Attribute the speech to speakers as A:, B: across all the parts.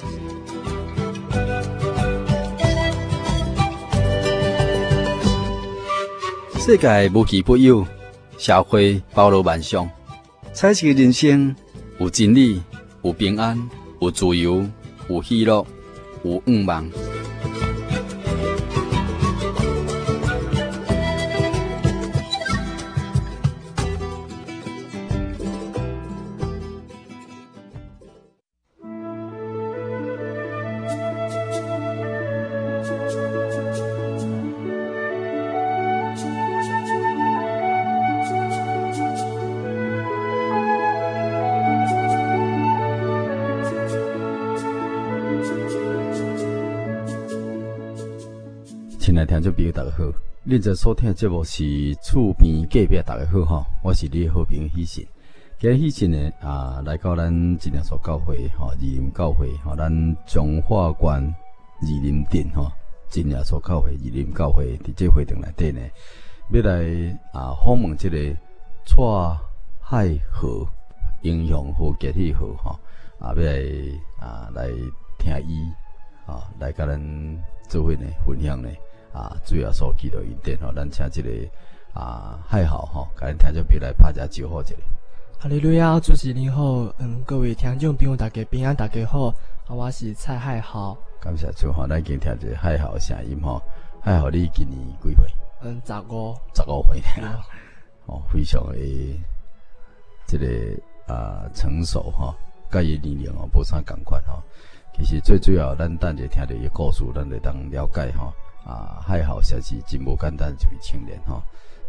A: 世界无奇不有，社会包罗万象。彩色的人生有真理，有平安，有自由，有喜乐，有愿望。亲爱听众朋友，大家好！恁在所听的节目是厝边隔壁，大家好哈！我是你的好朋友喜信。今日喜信呢来到咱真耶稣教会哈，宜林教会哈，咱彰化县宜林镇哈，真耶稣教会宜林教会伫这会堂内底呢，要来访问这个蔡海河英雄和集体号哈，要来听伊来甲咱做伙呢分享呢。主要所记录一点吼，咱请这个海豪吼，甲咱听众朋友来拍一下招呼一下。
B: 哈利路亚，主持人好，各位听众朋友大家平安，大家好，我是蔡海豪。
A: 感谢主吼，咱已经听一个海豪的声音吼。海豪，你今年几岁
B: ？15
A: 岁哦，非常的这个成熟吼，甲伊年龄哦无啥共款吼。其实最主要，咱等下听到伊故事，咱就当了解吼。海豪实是真无简单一位青年吼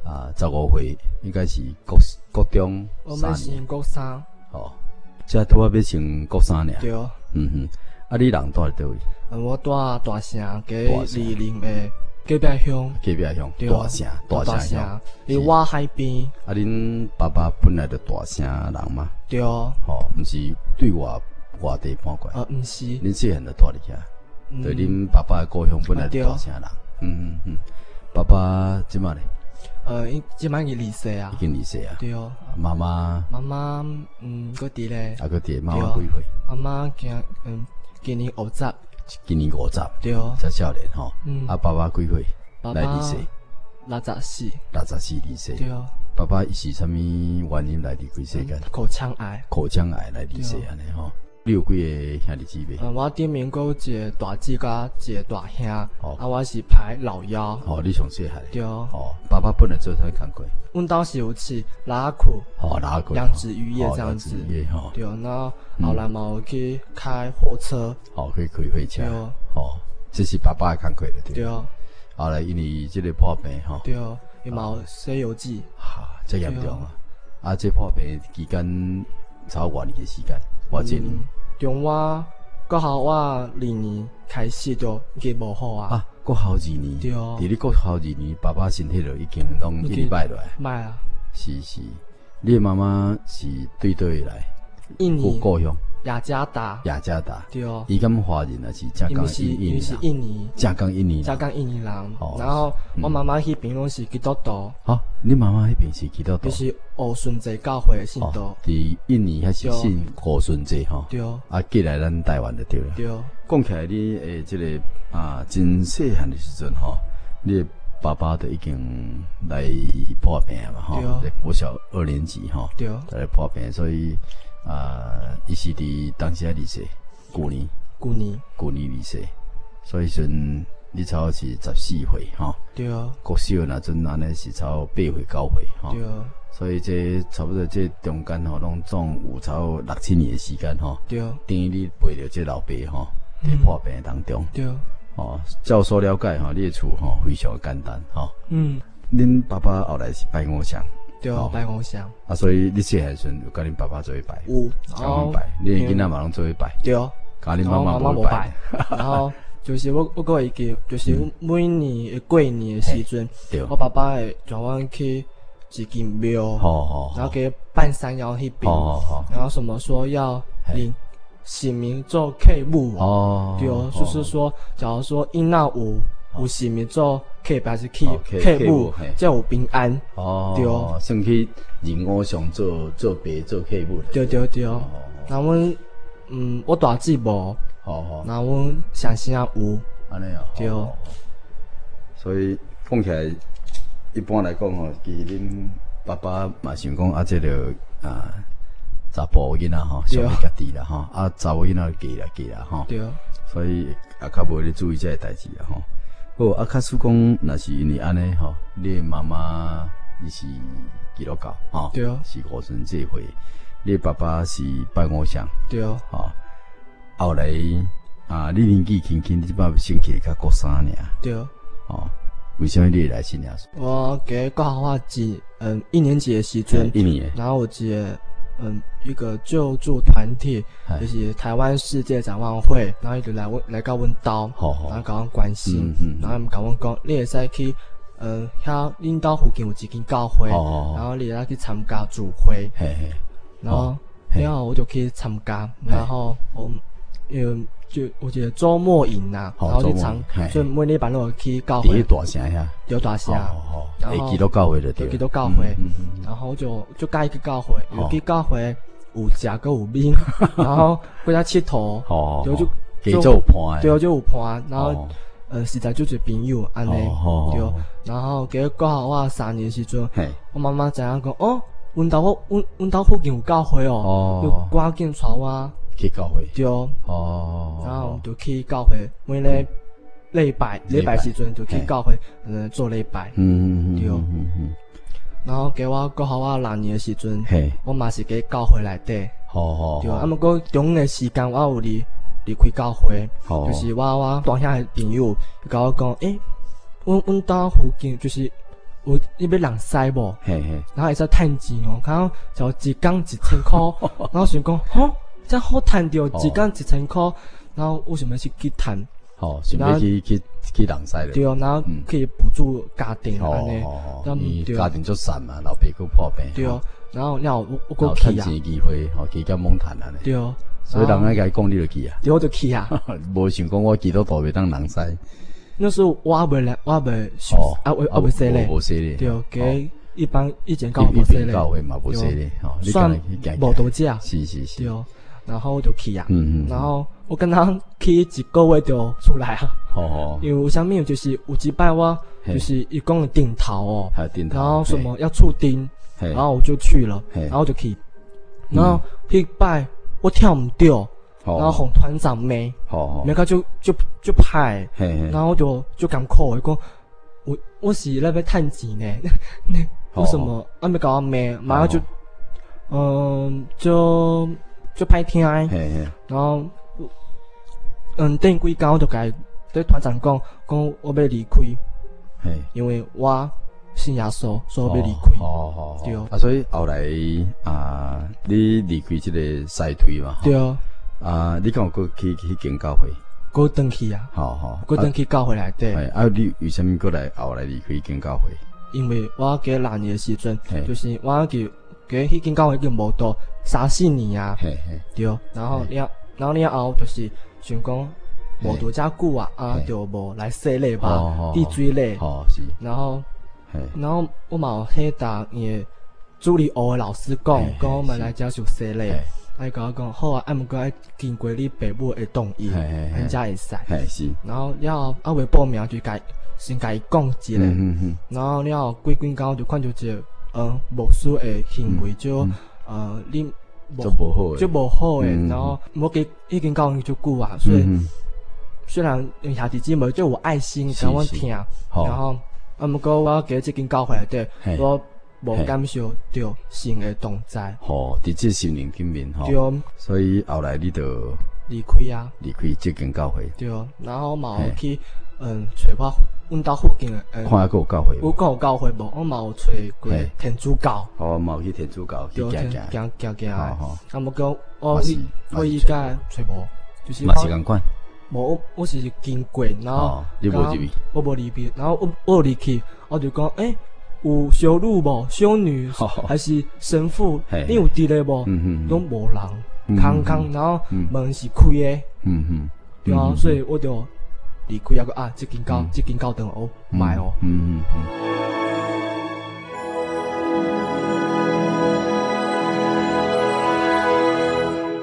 A: ，15岁应该是国中
B: 我们是国三
A: 哦，这拄仔要升国三尔。
B: 对，
A: 你人住伫倒位？
B: 我住大城，伫宜林的隔壁乡。
A: 隔壁乡，大城乡，
B: 伫外海边。
A: 恁爸爸本来就大城人嘛？
B: 对。
A: 毋是对外地搬过来？毋是。恁细汉就住伫遐？对，恁爸爸的故乡本来就大城人。爸爸即马咧？
B: 即马已经离世啊。
A: 已经离世啊。
B: 对。
A: 妈妈？
B: 妈妈，搁伫咧。
A: 搁伫，妈妈几岁？
B: 妈妈今年50。
A: 今年50。
B: 对。
A: 才少年吼。爸爸几岁？来离世
B: ？64。
A: 64离世。
B: 对。
A: 爸爸是啥物原因来离开世间？
B: 口腔癌。
A: 口腔癌来离世安尼吼。你有几个兄弟姊妹？
B: 我顶面有一个大姐甲一个大兄，我是排老幺。
A: 你上细汉。
B: 对。
A: 爸爸本来做啥工课？
B: 阮兜是有去拉库。
A: 拉库。
B: 养殖渔业这样子。对，那后来嘛有去开货车。
A: 可以开货车。
B: 对。
A: 这是爸爸的工课了，对。
B: 对。
A: 后来因为这个破病吼。
B: 对，伊嘛有西游记。
A: 这严重啊！这破病期间超偌年的时间？偌济年？
B: 中我国校我2年开始就已经无好啊。
A: 国校2年。
B: 对。
A: 伫你国校2年，爸爸身体就已经拢已经歹落来。
B: 歹啊。
A: 是，你的妈妈是对倒位来？
B: 印尼。
A: 故乡。
B: 雅加达。对。
A: 伊敢华人还是正港印尼人？
B: 是印尼。
A: 正港印尼人。
B: 正港印尼人。然后我妈妈迄边拢是基督徒。
A: 你妈妈迄边是基督徒？
B: 就是乌顺济教会的信徒。
A: 伫印尼还是信乌顺济吼？
B: 对。
A: 寄来咱台湾就对了。
B: 对。
A: 讲起来，你这个真细汉的时阵吼，你爸爸就已经来破病嘛吼？对。国小2年级吼。
B: 对。
A: 来破病，所以伊是伫当时离世，旧年离世，所以说你差不多是14岁吼。
B: 对。
A: 国小那阵安尼是差不多8岁9岁吼。
B: 对。
A: 所以这差不多这中间吼，拢总有差不多6、7年的时间吼。
B: 对。
A: 等于你陪着这老爸吼，伫破病当中。
B: 对。
A: 照所了解吼，你的厝吼非常简单吼。恁爸爸后来是拜五香。
B: 对，拜五香。
A: 所以你细汉时阵有甲恁爸爸做伙拜？
B: 有。
A: 拜，你的囡仔嘛拢做伙拜。
B: 对。
A: 甲恁妈妈无拜。
B: 然后就是我搁会记，就是每年的过年的时阵，我爸爸会带阮去一间庙，然后给半山腰那边，然后什么说要领姓名做客母，对，就是说，假如说因那有姓名做客还是客母，才有平安，对，
A: 算去人偶上做爸做客母，
B: 对。然后我大姊无，
A: 好，
B: 然后阮上声有，
A: 安尼啊，
B: 对。
A: 所以讲起来，一般来讲吼，其实恁爸爸嘛想讲啊，这个查甫囡仔吼，上会家己啦吼，啊查某囡仔嫁啦吼，
B: 对。
A: 所以也较无咧注意这个代志啦吼。好，啊，假使讲若是因为安尼吼，你妈妈伊是基督教吼，
B: 对，
A: 是五旬节会，你爸爸是拜偶像，
B: 对，
A: 吼。后来你年纪轻轻，你即摆升起较国三尔，
B: 对，
A: 哦，为什么你会来信仰？
B: 我给国校话记，1年级的时阵，然后我记一个救助团体，就是台湾世界展望会，然后伊就来到阮兜，然后甲阮关心，然后甲阮讲，你会使去遐恁兜附近有一间教会，然后你会使去参加聚会，然后我就去参加，然后就我觉得周末营呐，然后去所以每礼拜都去教会。
A: 伫大城遐，
B: 有大城，
A: 然后基督教会的对。
B: 基督教会，然后就介去教会，有去教会有食个有面，然后搁遐佚佗，就
A: 有伴，
B: 对，就有伴，然后实在就做朋友安尼，对，然后过国校我3年时阵，我妈妈知影讲哦，阮兜附近有教会哦，就赶紧带我。
A: 去教会，
B: 对，然后就去教会，每礼拜时阵就去教会，做礼拜，对，然后给我国校我6年的时阵，我嘛是伫教会内底，对，啊，毋过中的时间我有离开教会，就是我大兄的朋友甲我讲，阮兜附近就是有你要人师无，然后会使趁钱哦，然后就一工1000块，然后想讲，真好赚着一工1000块，然后为什么去赚？
A: 想要去人师咧。
B: 对，然后可以补助家庭安尼，
A: 因为家庭足散嘛，老爸佫破病。
B: 对，然后我
A: 佫去啊。趁钱机会，去甲猛赚安尼。
B: 对，
A: 所以人家甲伊讲你就去啊。
B: 对，我就去啊。
A: 无想讲我基督徒袂当人师。
B: 那时候我未熟，我未识咧。
A: 无识咧。
B: 对，给一般以前教会无识咧。
A: 教会嘛无识咧，
B: 算无多只。
A: 是。
B: 对。然后我就去啊，然后我跟他去1个月就出来啊。因为有啥物就是有一摆我就是伊讲的顶头哦，然后什么要触钉，然后我就去了，然后就去，然后迄摆我跳唔掉，然后红团长骂，骂到就歹，然后我就感慨讲，我是那边趁钱呢，为什么阿没搞我骂，然后就歹听，然后等几工我就甲对团长讲我要离开，因为我信耶稣，所以我要离开。对。
A: 啊，所以后来你离开这个赛队嘛？
B: 对。
A: 你敢有过去间教会？
B: 过回去啊。过回去教会内底。
A: 你为什么过来后来离开间教会？
B: 因为我给6年的时阵，就是我给迄间教会已经无到3-4年啊。对。然后了后就是想讲。无多遮久啊，就无来洗礼吧，滴水礼。然后我嘛有迄搭伊助理学的老师讲我们来遮受洗礼，伊甲我讲好啊，毋过爱经过你爸母的同意，咱才会使。然后了后未报名就先甲伊讲一个，然后了后几工就看到一个牧师的行为就你
A: 就无好
B: 诶，然后我给已经教伊就久啊，所以。虽然兄弟姊妹就有爱心甲阮听，然后毋过我给即间教会内底，我无感受到神的同在。
A: 伫即心灵顶面
B: 对，
A: 所以后来你就
B: 离开啊，
A: 离开即间教会。
B: 对，然后嘛有去找我阮兜附近的
A: 看下有教会。
B: 有讲有教会无？我嘛有找过天主教。
A: 嘛有去天主教去行。
B: 毋过我依家找无，就是
A: 嘛是共款。
B: 无，我是经过，然后
A: 你无入去，
B: 我无入去，然后我入去，我就讲，有修女无？修女还是神父？你有伫咧无？拢无人，空，然后门是开的，对啊，所以我就离开啊个这间教堂我买哦。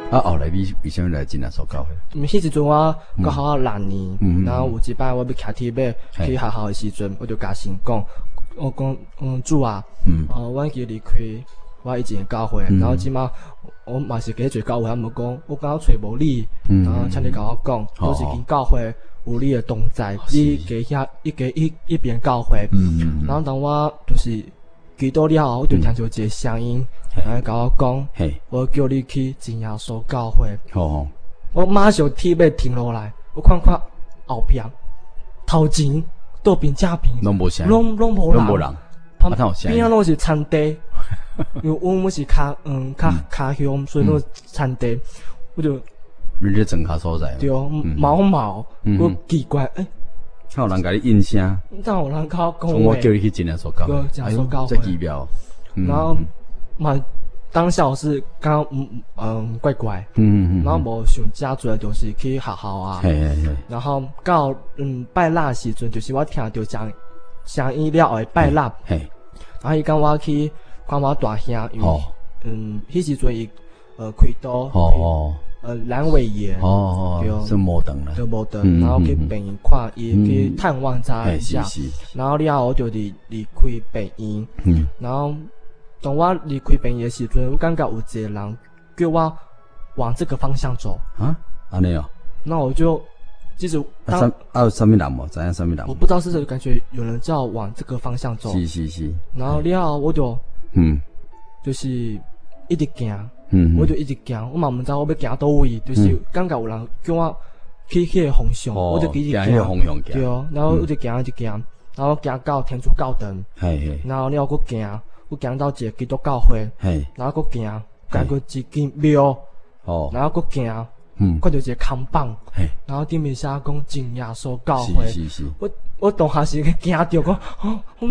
A: 啊，后来你为什么来进来所教会？
B: 迄时阵我刚好6年，然后有一摆我要骑铁马去学校的时阵，我就甲神讲，我讲主啊，我已经离开我以前的教会，然后即马我嘛是去做教会，他们讲我刚好找无你，然后请你甲我讲，都是间教会有你的同在，你给遐一边教会，然后当我就是祈祷了后，我就听到一个声音，然后甲我讲，我叫你去真耶稣教会。我马上铁马停落来，我看后壁头前倒边正边，
A: 拢无声，
B: 拢无人，
A: 旁边
B: 啊拢是田地，因为我是较乡，所以拢田地，我就
A: 你这整卡所在，
B: 对，毛，我奇怪，
A: 有人甲你应声，
B: 但有人甲我讲，
A: 我叫你去真耶稣教会，
B: 真耶稣教会，
A: 这奇妙，
B: 然后嘛。当下我是刚怪怪，然后无想遮做就是去学校啊，然后到拜六时阵，就是我听到声音了后拜六，然后伊讲我去看我大兄，因为迄时阵伊开刀，阑尾炎，对，
A: 是无长啦，
B: 就无长，然后去病院看伊去探望他一下，然后了后我就离开病院，然后。当我离开病院的时阵，我感觉有一个人叫我往这个方向走。
A: 啊，安尼哦。
B: 那我就其实
A: 有什么人无？知影什么人？
B: 我不知道是感觉有人叫我往这个方向走。
A: 是。
B: 然后了后我就就是一直行，我就一直行，我嘛唔知我要行倒位，就是感觉有人叫我去迄个方向，我就一直行。
A: 迄个方向行。
B: 对，然后我就行，然后行到天主教堂，然后了我行。我行到一个基督教会，然后佫行过一间庙，然后佫行，看到一个看板，然后顶面写讲真耶稣教会。
A: 是。
B: 我当下是惊到讲，我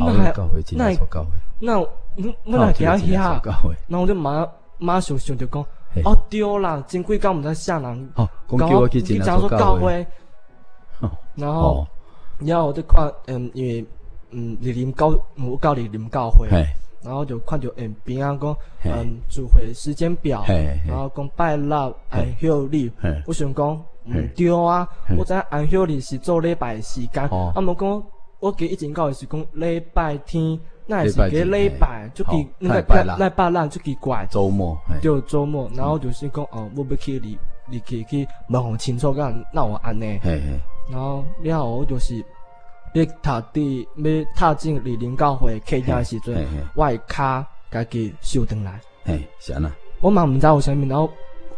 B: 哪行遐？然后我就马上想着讲，对啦，真几工毋知啥人
A: 讲叫我去真耶稣教会。
B: 然后我就看，因为离林教会。然后就看到边啊讲聚会时间表，然后讲拜六安休日，我想讲对啊，我知安休日是做礼拜时间，啊无讲我记以前教的是讲礼拜天，那是个礼拜，就奇那个礼拜六就奇怪，
A: 周末
B: 对周末，然后就是讲我要去离去问好清楚，干那我安尼，然后了后我就是。要踏进李林教会客厅的时阵，我的脚家己收回来。
A: 是安那？
B: 我嘛唔知有啥物，然后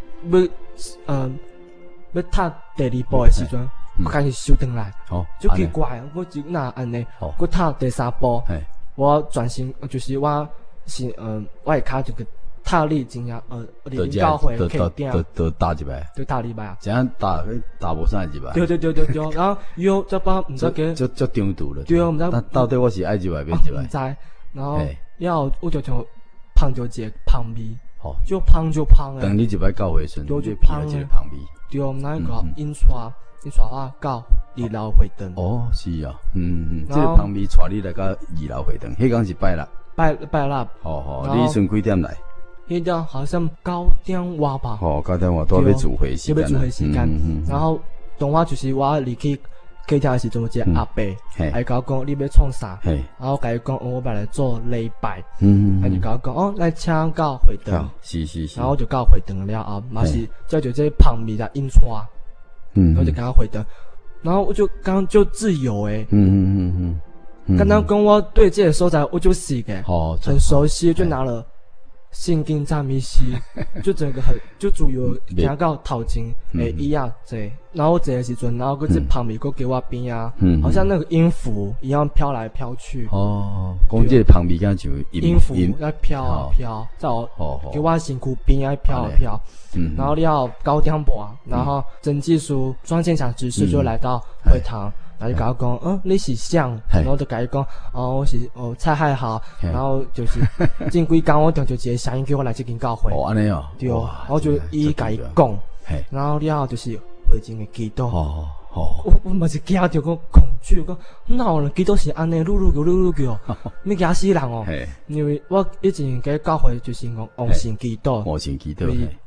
B: 要踏第2步的时阵，我开始收回来。就奇怪，我就那安尼，我踏第3步，我转身就是我是我的脚就个。踏入真呀，林教会客厅，
A: 都踏一摆，
B: 就踏入摆啊！
A: 这样踏无啥一摆。
B: 对，然后又再把唔知个，
A: 就中途了。
B: 对啊，唔知
A: 到底我是爱一摆变一摆。
B: 唔知，然后我就碰到一个香味，就香诶。
A: 等你一摆到回时，
B: 就
A: 香一个香味。
B: 对，那个印刷我到2楼会灯。
A: 是啊，这个香味带你来到2楼会灯，迄天是拜六。
B: 拜六。
A: 你迄阵几点来？
B: 迄条好像9点外吧。
A: 9点外都要聚会时间。
B: 然后当我就是我离开客厅的时阵，一个阿伯，还甲我讲你要创啥？然后甲伊讲我要来做礼拜。他就甲我讲来请到会堂。
A: 是。
B: 然后我就到会堂了后，嘛是叫做这旁边的印刷。我就到会堂，然后我就刚就自由诶。刚刚跟我对这个所在，我就死个，很熟悉，就拿了。圣经赞美诗，就整个就主要行到头前椅啊坐，然后坐的时阵，然后这旁边给我边啊，好像那个音符一样飘来飘去。
A: 讲这旁边敢像
B: 音符在飘啊飘，在给我身躯边啊飘啊飘。然后了9点半，然后曾技术双现场执事就来到会堂。然后就甲我讲，你是谁？然后就甲伊讲，我是蔡海豪，然后就是前几工我听到一个声音叫我来这间教会。
A: 安尼哦。
B: 对，然后就伊甲伊讲，然后了后就是会前的祈祷。我嘛是惊到讲恐惧，讲哪有人祈祷是安尼，噜叫，要惊死人哦。因为我以前在教会就是讲往神祈祷。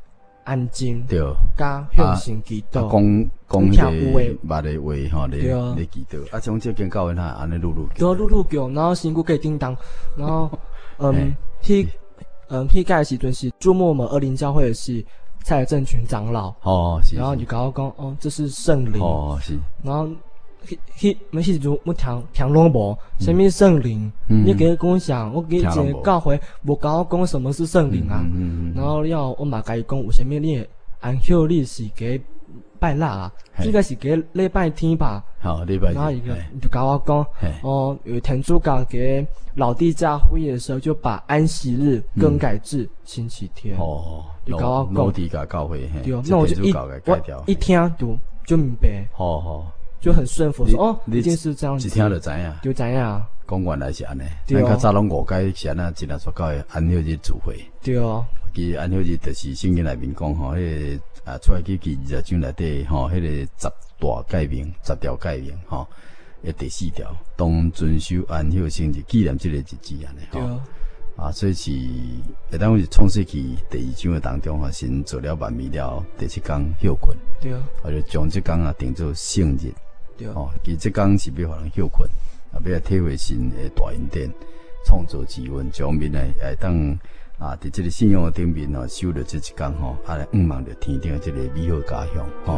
B: 安静，
A: 对，
B: 甲向神祈祷，
A: 讲迄个捌的话吼，你祈祷，啊，从这间教会那安尼愈
B: 叫，然后身躯可以叮当，然后迄届时阵是注目我们20教会的是蔡正群长老，
A: 是，
B: 然后就甲我讲，这是圣灵，
A: 是，
B: 然后迄时阵我听拢无，什么圣灵，你给我跟我讲，我给一个教会无甲我讲什么是圣灵啊，然后我嘛甲伊讲有啥物你安休日是给拜六啊，应该是给礼拜天吧。
A: 礼拜天。
B: 然后就跟我讲，有天主教给老地教会的时候，就把安息日更改至星期天。就跟我讲。
A: 老地教会，
B: 对，那我就一听就明白。就很顺服，说一定是这样子。
A: 一听就知影。
B: 就知影。
A: 讲原来是安尼。咱较早拢误解是安那，真正所讲的安休日聚会。
B: 对。
A: 其实安休日就是圣经内面讲吼，迄个出来记20章内底吼，迄个10大诫命、10条诫命吼，第4条，当遵守安休生日，纪念这个日子安尼吼。所以是会当是创世纪第2章的当中吼，神做了万物了，第7天休困。
B: 对。
A: 就将这天定做圣日。
B: 对。
A: 其实这天是要互人休困，要来体会神的大恩典，创造之恩，将面来当。伫这个信仰的顶面守着这一天来仰望着天顶这个美好家乡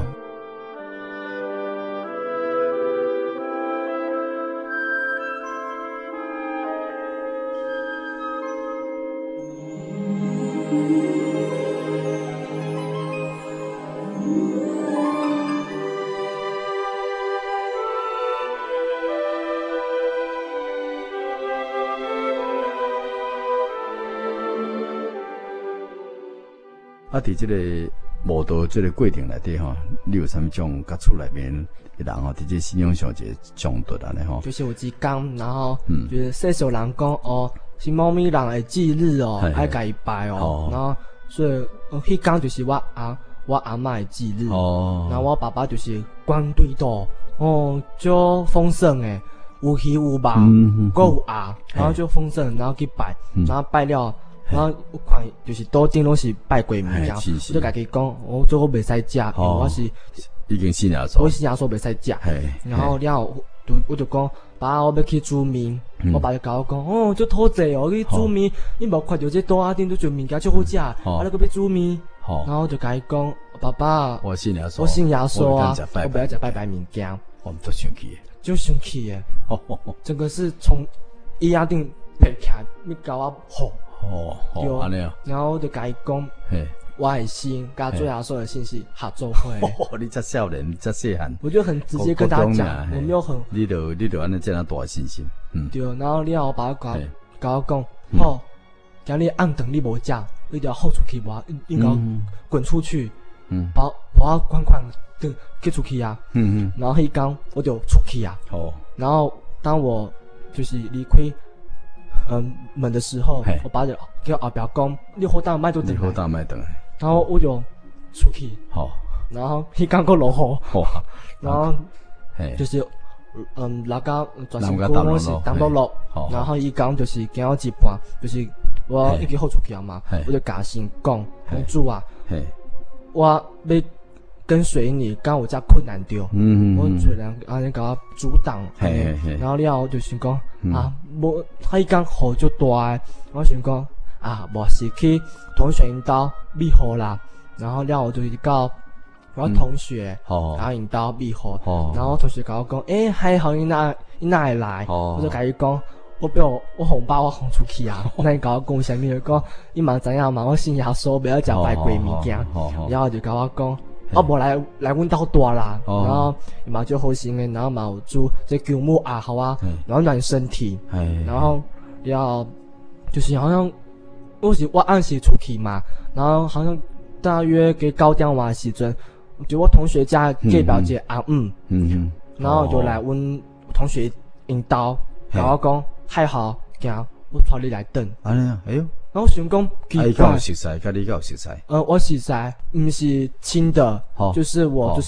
A: 伫这个慕道这个过程内底你有啥物种甲厝内面的人伫这信仰上一个冲突安尼
B: 就是有一天，然后就是世俗人讲是猫咪人的忌日爱甲伊拜然后所以迄天就是我阿嬷的忌日然后我爸爸就是关对道就丰盛诶，有鱼有肉，搁有鸭，然后就丰盛，然后去拜，然后拜了。然后我看就是桌顶拢是拜鬼物件，我就家己讲，最后袂使食，因为我是
A: 已经信耶稣，
B: 我信耶稣袂使食。然后我就讲，爸，我要去煮面，我爸就甲我讲，这讨济去煮面，你无看到这桌顶都做物件最好食，你搁要煮面。然后我就甲伊讲，爸爸，
A: 我信耶稣，
B: 我信耶稣啊，我不要食拜物件。
A: 我们都生气，
B: 就生气诶，整个是从椅仔顶爬起来，你甲我吼。
A: 安尼啊，
B: 然后我就甲伊讲，我的心甲最亚所的信息合作会。
A: 你这少年，你这细汉，
B: 我就很直接跟他讲，我没有很，
A: 你就安尼这样大信心，
B: 对，然后我爸甲我讲，好，今日暗顿你无食，你就要豁出去，你讲滚出去，把我款的给出去啊，然后迄天我就出去啊，然后当我就是离开。门的时候，我爸就叫后壁讲，你好大麦都等，然后我就出去，然后迄天个落雨，然后就是那个全身骨拢是冻到落，然后伊讲就是惊我一半，就是我已经好出去啊嘛，我就甲神讲，主啊，我要跟随你，刚有遮困难着，我做人安尼甲我阻挡，然后了就想讲无迄天雨就大诶，我想讲无是去同学因兜避雨啦，然后了我就到我同学，然后因兜避雨，然后我同学甲我讲，还好因哪会来，我就甲伊讲，我红包我红出去啊，那伊甲我讲啥物？就讲伊嘛知影嘛，我信耶稣，袂晓食拜鬼物件，然后就甲我讲。无来阮兜住啦，然后嘛就好心诶，然后嘛有煮这姜母鸭好啊，暖暖身体，然后要就是好像我按时出去嘛，然后好像大约给9点晚时阵，就我同学家隔表姐然后就来阮同学因兜，甲我讲还好，行，我带你来等。
A: 安尼啊，哎呦。
B: 然后想讲奇怪，
A: 有熟悉，甲你有熟悉。
B: 我熟悉，不是亲的，就是我就是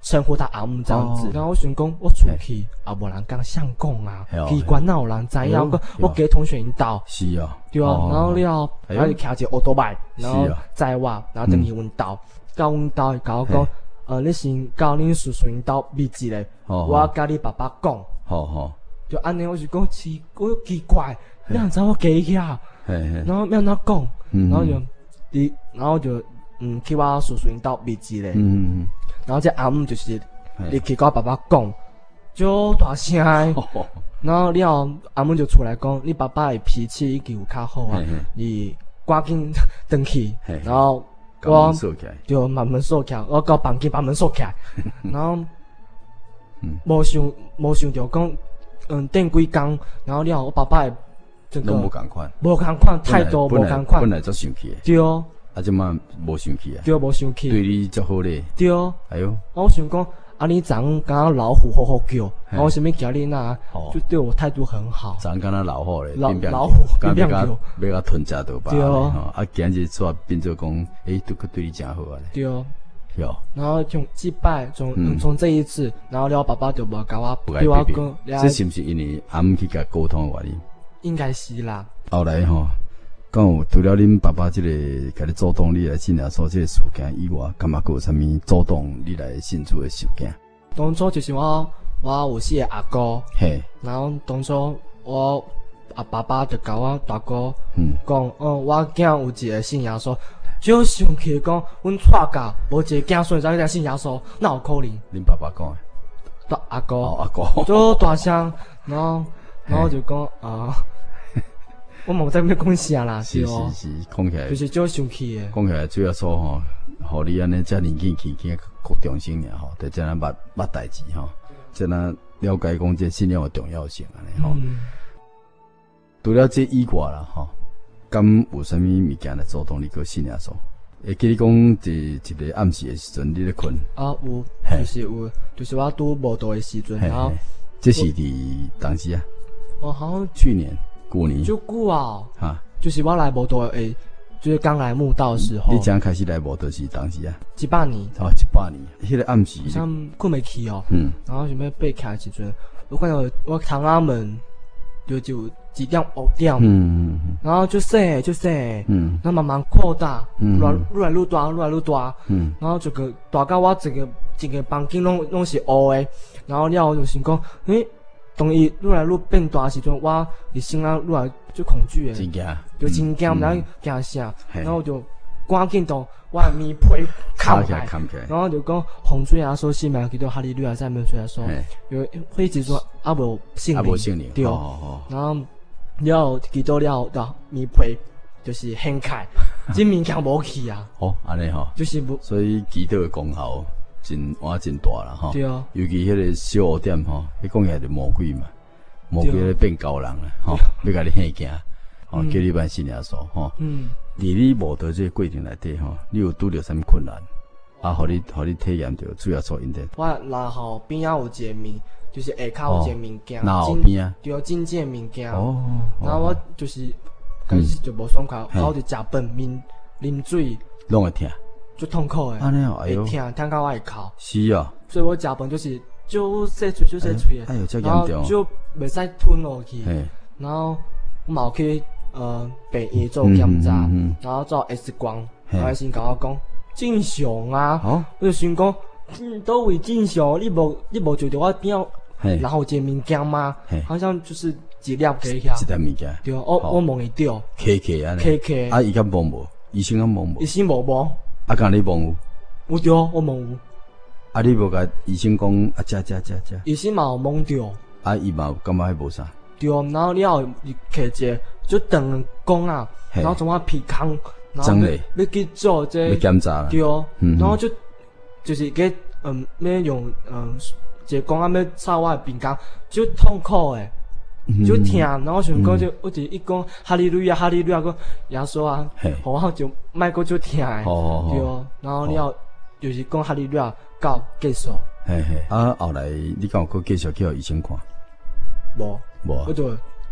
B: 称呼他阿姆这样子。然后我想讲，我出去也无人敢相讲啊，奇怪哪有人知影？我给同学引导，
A: 是啊，
B: 对啊。然后了，然后就骑一个奥多麦，然后载我，然后等去阮兜，到阮兜甲我讲，你先到恁叔叔因兜秘籍咧，我甲你爸爸讲，就安尼，我就讲我奇怪，你人知我假遐，然后要安怎讲，然后就去我叔叔因兜秘籍咧，然后这阿姆就是你去跟我爸爸讲，就大声的，然后了阿姆就出来讲，你爸爸的脾气已经有较好啊，你赶紧回去，然后我就慢慢锁起来，我到房间把门锁起来，然后无想着讲，等几工，然后了我爸爸的这个
A: 拢无共款，
B: 无共款态度，无共款，
A: 本来就生气，
B: 对，
A: 啊，即马无生气啊，
B: 对，无生气，
A: 对你足好咧，
B: 对，
A: 哎哟，
B: 我想讲，你昨刚老虎吼吼叫，我想要叫你那，就对我态度很好，
A: 昨刚那老虎咧，
B: 老虎变变叫，
A: 要甲吞食到吧，
B: 对，
A: 啊，今日煞变做讲，都对你真好啊，
B: 对，
A: 有，
B: 然后从祭拜，从这一次，然后了爸爸就无甲我对我讲，
A: 这是不是因为阿姆去甲沟通的原因？
B: 应该是啦。
A: 后来敢有除了恁爸爸这个甲你主动你来信仰所这个事件以外，感觉还有啥物主动你来信主的事件？
B: 当初就是我有四个阿哥，然后当初我爸爸就甲我大哥讲，我囝有一个信仰所，就想起讲，阮娶嫁无一个囝孙才去信仰所，哪有可能？
A: 恁爸爸讲
B: 的？阿哥，
A: 阿哥，
B: 就大声，然后就讲我冇在咩讲啥啦，
A: 是，讲起来
B: 就是就生气诶。
A: 讲起来主要说互你安尼遮年纪去重生尔就遮咱捌代志遮咱了解讲这信仰的重要性安尼除了这以外啦敢有啥物物件来主动你去信仰所？会记你讲一个暗时的时阵，你咧困
B: 有，就是我拄无道的时阵，然后
A: 这是伫当时啊，
B: 好像
A: 去年。过年
B: 就久啊，就是我来无道诶，就是刚来墓道的时候。
A: 你怎开始来无道是当时啊
B: ？18年。
A: 18年，迄个暗时。
B: 好像困袂去哦。然后想要爬起来时阵，我看到我窗仔门就几点5点。然后就细，然后慢慢扩大，愈来愈大。然后这个大到我整个房间拢是乌的，然后了我就想讲，当伊愈来愈变大时阵，我的心啊愈来就恐惧诶，
A: 真惊，
B: 就真惊，然后惊啥，然后就赶紧到我的面皮扛起来，然后就讲洪水啊，说信嘛，叫做哈利路亚在门出来说，有会一直说无圣灵，对，然后了记到了到面皮就是掀开，这物件无去啊，
A: 安尼
B: 就是无，
A: 所以祈祷的功效。真大啦
B: 对啊，
A: 尤其迄个小污点你讲起来就魔鬼嘛，魔鬼咧变高人啦要甲你吓惊叫你办信仰所伫你无道这个过程内底你有拄着啥物困难互你体验着主要所因的。
B: 我然后边仔有一个面，就是下骹有一个物件，
A: 后边啊，
B: 对，真正物件然后我就是开始就无爽快，我就食饭面啉水，
A: 拢会痛。
B: 就痛苦诶，会痛到我会哭。
A: 是啊，
B: 所以我食饭就是就细喙诶，然后就袂使吞落去。然后我嘛有去病院做检查，然后做 X 光，然后先甲我讲正常啊。我就想讲，都为正常，你无就着我边然后一个物件吗？好像就是一粒给遐。
A: 一粒物件。
B: 对，我摸会到。
A: K 安尼。
B: K。
A: 伊敢摸无？医生敢摸无？
B: 医生无摸。
A: 敢你摸有？
B: 有对，我摸有。
A: 你无甲医生讲食。
B: 医生嘛有摸到。
A: 伊嘛感觉迄无啥。
B: 对，然后了后摕一个就长弓啊，然后从我鼻孔，然后要去做这
A: 要检查啦。
B: 对，然后就是给要用一个弓啊要插我的鼻孔，就痛苦诶。就疼，然后想讲就，我就一讲哈利路亚，个耶稣啊，好我就卖个就疼诶，对，然后了就是讲哈利路亚到结束。
A: 后来你敢有去继续去互医生看？
B: 无，我就
A: 伊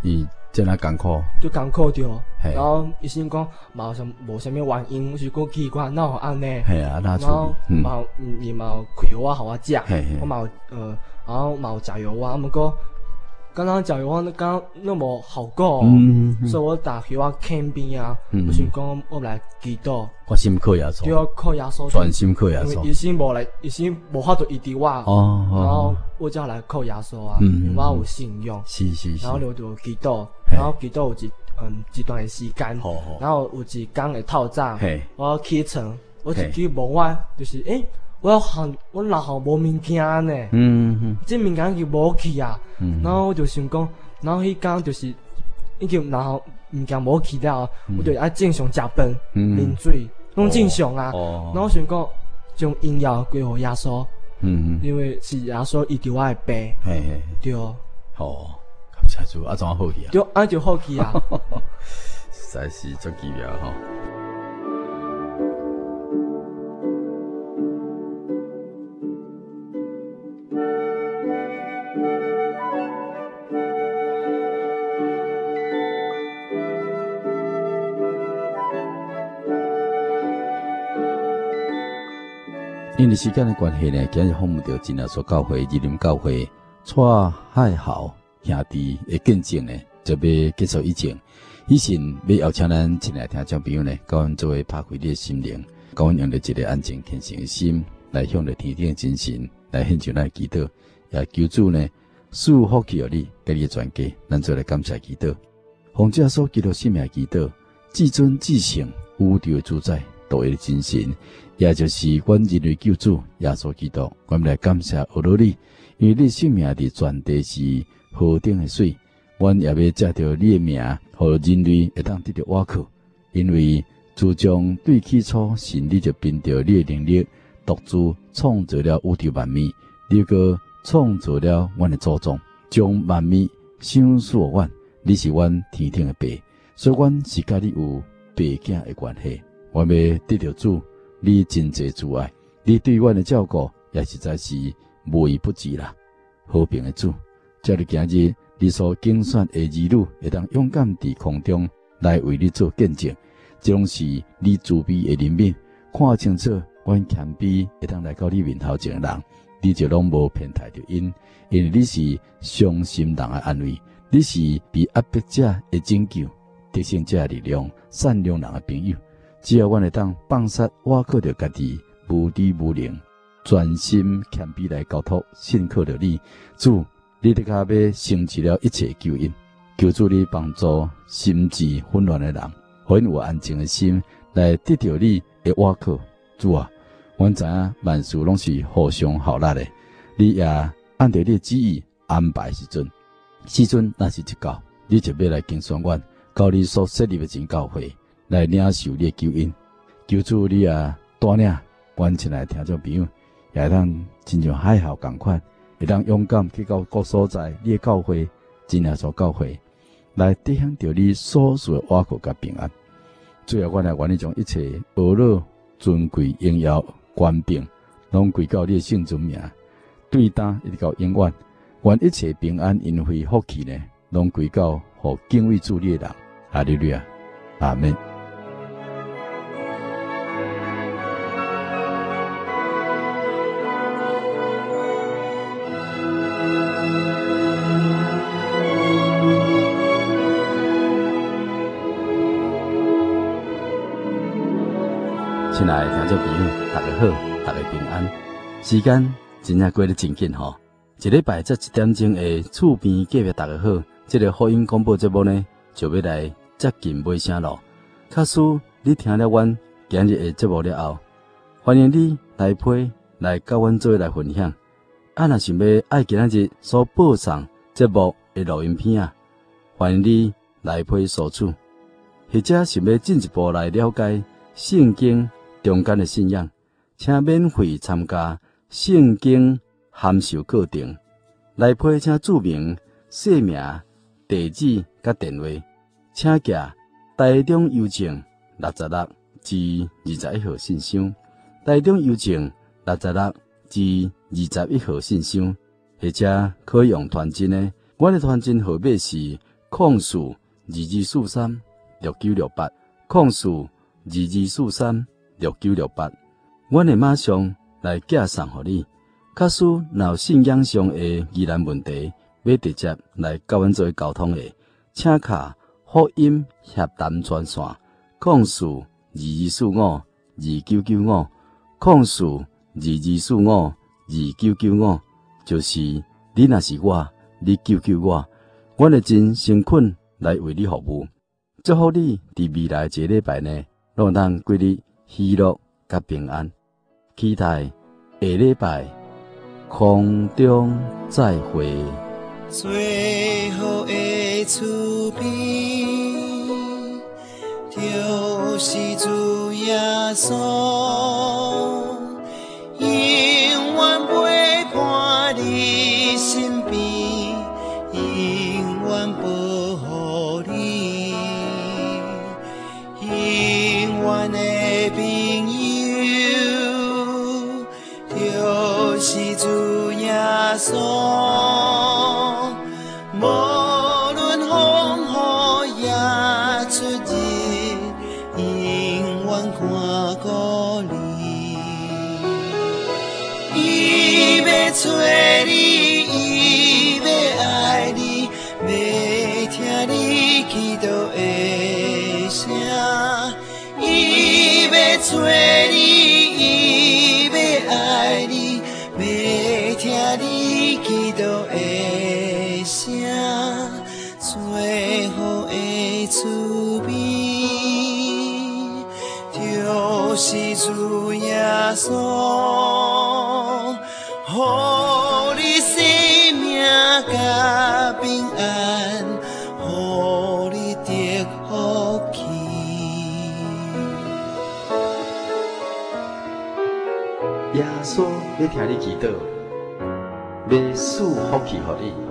A: 真系艰苦，
B: 就艰苦着。然后医生讲冇啥物原因，是个奇怪，哪有安尼？
A: 系啊，那
B: 然后冇开药互我食，我冇然后冇食药啊，毋过刚刚食药我刚那无效果，所以我打去我坑边啊，我想讲我来祈祷，
A: 我心靠耶稣，
B: 就要靠耶稣，
A: 专心靠耶稣，
B: 医生无法度医治我，然后我就来靠耶稣啊，我有信仰，
A: 是，
B: 然后就祈祷，然后祈祷有一段时间，然后有一天的透早，我起床，我就去问我，就是我老好无物件呢，这物件就无去啊，然后我就想讲，然后迄天就是已经然后物件无去了，我就爱正常食饭、啉水，拢正常啊，然后我想讲将饮料归互耶稣，因为是耶稣医治我的病，对，
A: 感谢主，怎么好去啊？
B: 对，就好去啊，
A: 实在是足奇妙吼。因为时间的关系呢，今日访问到真耶稣教会、日林教会蔡海豪兄弟的见证呢，就要结束以前，以前要邀请咱亲爱听众朋友呢，甲阮做为拍开你的心灵，甲阮用着一个安静虔诚的心，来向着天顶真神来献上咱的祈祷，也求主呢赐福气予你，甲你的全家，咱做来感谢祈祷，奉主耶稣基督性命祈祷，至尊至圣宇宙的主宰，独一的真神。也就是阮人类救主耶稣基督，阮来感谢俄罗你，因为你性命伫全地是何等的水，阮也要借着你的名，互人类会当得到瓦靠，因为自从对起初神你就凭着你的能力，独自创造了宇宙万物，你个创造了阮的祖宗，将万物赏赐阮，你是阮天顶的爸，所以阮是甲你有爸囝的关系，阮要得到主。你真济主爱，你对阮的照顾也实在是无微不至啦。和平的主，叫你今日你所竞选的儿女会当勇敢伫空中来为你做见证，这拢是你慈悲的怜悯，看清楚阮谦卑会当来到你面头前的人，你就拢无偏袒着因，因为你是伤心人的安慰，你是被压迫者的拯救，得胜者的力量，善良人的朋友。只要阮会当放下我靠着家己无知无能，专心谦卑来交托，信靠着你，主，你伫下要成就了一切救恩，求主你帮助心智混乱的人，互因有安静的心来得到你的我靠。主啊，阮知影万事拢是互相效力的，你也按照你的旨意安排时阵若是一到，你就要来竞选阮，到你所设立的真教会。来领受你的救恩，求主你啊带领阮亲爱听众朋友，也会当亲像海豪共款，会当勇敢去到各所在你的教会，真耶稣教会，来得享到你所赐的瓦靠甲平安。最后，阮来愿意将一切恶乐、尊贵、荣耀、官柄，拢归到你的圣尊名，对担一直到永远。愿一切平安、恩惠、福气呢，拢归到互敬畏主你的人。哈利路亚，阿门。亲爱的听众朋友，大家好，大家平安。时间真正过得真紧吼，一礼拜这1点钟的厝边隔壁大家好，这个福音广播节目呢，就要来接近尾声咯。假使你听了阮今日的节目了后，欢迎你来批来甲阮做来分享。若想要爱今仔日所播送节目的录音片啊，欢迎你来批索取，或者想要进一步来了解圣经中间的信仰，请免费参加圣经函授课程。来批请注明姓名、地址甲电话，请寄台中邮政66至21号信箱，台中邮政66至21号信箱，或者可以用传真的，我的传真号码是 22436968，控诉22436968，阮会马上来寄送互你。假使若有信仰上的疑难问题，要直接来甲阮做沟通的，请卡福音协谈专线，控诉22452995，控诉22452995，就是你若是我，你救救我，阮会真诚恳来为你服务。祝福你伫未来一个礼拜内，拢当过日喜乐甲平安。期待下礼拜空中再会。
C: 最后的厝边，就是主耶稣，永远陪伴你身边，永远保护你，永远的朋友，就是主耶稣。无论风雨也出日，永远看顾你。伊要找你，伊要爱你，要听你祈祷的声。伊要找你，伊要爱你，要听你祈祷的声。最后的厝边，就是主耶稣，予你生命甲平安，予你得福气。
A: 耶稣要听你祈祷，要赐福气予你。